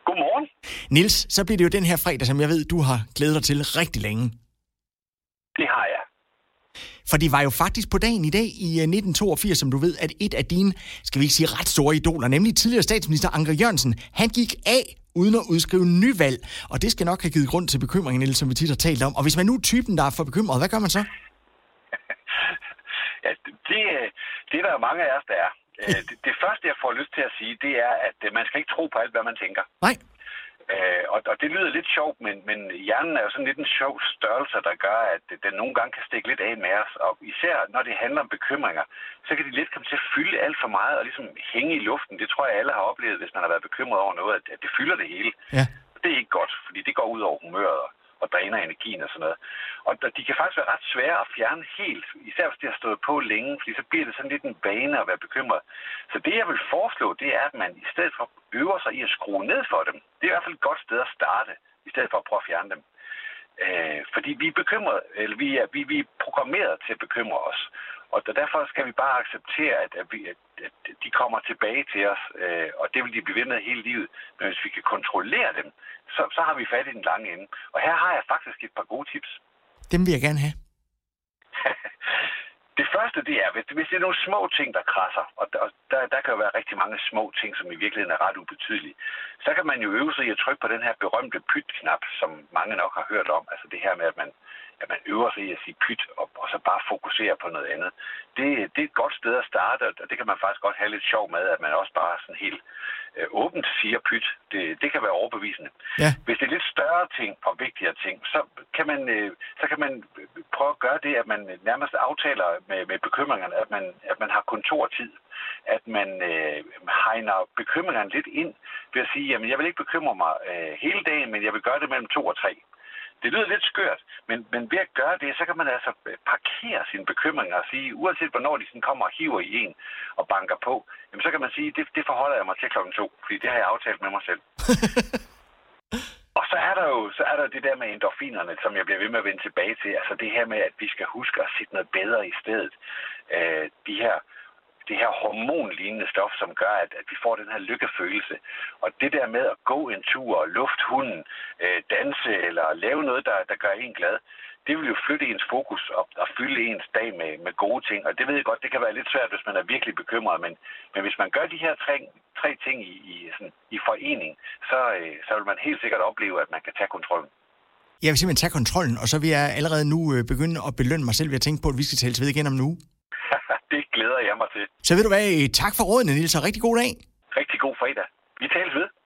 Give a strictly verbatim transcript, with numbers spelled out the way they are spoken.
Godmorgen. Niels, så bliver det jo den her fredag, som jeg ved, du har glædet dig til rigtig længe. Det har jeg. For det var jo faktisk på dagen i dag i nitten toogfirs, som du ved, at et af dine, skal vi ikke sige ret store idoler, nemlig tidligere statsminister Anker Jørgensen, han gik af uden at udskrive nyvalg. Og det skal nok have givet grund til bekymring, Niels, som vi tit har talt om. Og hvis man nu er typen, der er for bekymret, hvad gør man så? ja, det, det er der jo mange af os, der er. Det, det første, jeg får lyst til at sige, det er, at man skal ikke tro på alt, hvad man tænker. Nej. Øh, og, og det lyder lidt sjovt, men, men hjernen er jo sådan lidt en sjov størrelse, der gør, at den nogle gange kan stikke lidt af med os. Og især når det handler om bekymringer, så kan de lidt komme til at fylde alt for meget og ligesom hænge i luften. Det tror jeg, alle har oplevet, hvis man har været bekymret over noget, at det fylder det hele. Ja. Det er ikke godt, fordi det går ud over humøret og, og dræner energien og sådan noget. Og de kan faktisk være ret svære at fjerne helt, især hvis de har stået på længe, fordi så bliver det sådan lidt en bane at være bekymret. Så det, jeg vil foreslå, det er, at man i stedet for øver sig i at skrue ned for dem. Det er i hvert fald et godt sted at starte, i stedet for at prøve at fjerne dem. Øh, fordi vi er bekymret, eller vi er, vi, vi er programmeret til at bekymre os. Og derfor skal vi bare acceptere, at, at, vi, at, at de kommer tilbage til os, øh, og det vil de blive ved med hele livet. Men hvis vi kan kontrollere dem, så, så har vi fat i den lange ende. Og her har jeg faktisk et par gode tips. Dem vil jeg gerne have. Det første, det er, hvis, hvis det er nogle små ting, der krasser, og der, der, der kan jo være rigtig mange små ting, som i virkeligheden er ret ubetydelige, så kan man jo øve sig i at trykke på den her berømte pyt-knap, som mange nok har hørt om. Altså det her med, at man, at man øver sig i at sige pyt, og, og så bare fokusere på noget andet. Det, det er et godt sted at starte, og det kan man faktisk godt have lidt sjov med, at man også bare sådan helt øh, åbent siger pyt. Det, det kan være overbevisende. Ja. Hvis det er lidt større ting og vigtigere ting, så kan man, øh, så kan man prøve at gøre det, at man nærmest aftaler med, med bekymringerne, at man, at man har kontortid. At man øh, hegner bekymringerne lidt ind ved at sige, jamen jeg vil ikke bekymre mig øh, hele dagen, men jeg vil gøre det mellem to og tre. Det lyder lidt skørt, men, men ved at gøre det, så kan man altså parkere sine bekymringer og sige, uanset hvornår de sådan kommer og hiver i en og banker på, jamen så kan man sige, det, det forholder jeg mig til klokken to, fordi det har jeg aftalt med mig selv. Og så er der jo så er der det der med endorfinerne, som jeg bliver ved med at vende tilbage til. Altså det her med, at vi skal huske at sætte noget bedre i stedet. Øh, de her det her hormonlignende stof, som gør, at, at vi får den her lykkefølelse. Og det der med at gå en tur, lufte hunden, øh, danse eller lave noget, der, der gør en glad, det vil jo flytte ens fokus og, og fylde ens dag med, med gode ting. Og det ved jeg godt, det kan være lidt svært, hvis man er virkelig bekymret, men, men hvis man gør de her tre, tre ting i, i, sådan, i forening, så, øh, så vil man helt sikkert opleve, at man kan tage kontrollen. Jeg vil simpelthen tage kontrollen, og så vil jeg allerede nu øh, begynde at belønne mig selv ved at tænke på, at vi skal tales ved igen om en uge. Det glæder jeg mig til. Så ved du hvad, tak for rådene, Niels, og rigtig god dag. Rigtig god fredag. Vi tales ved.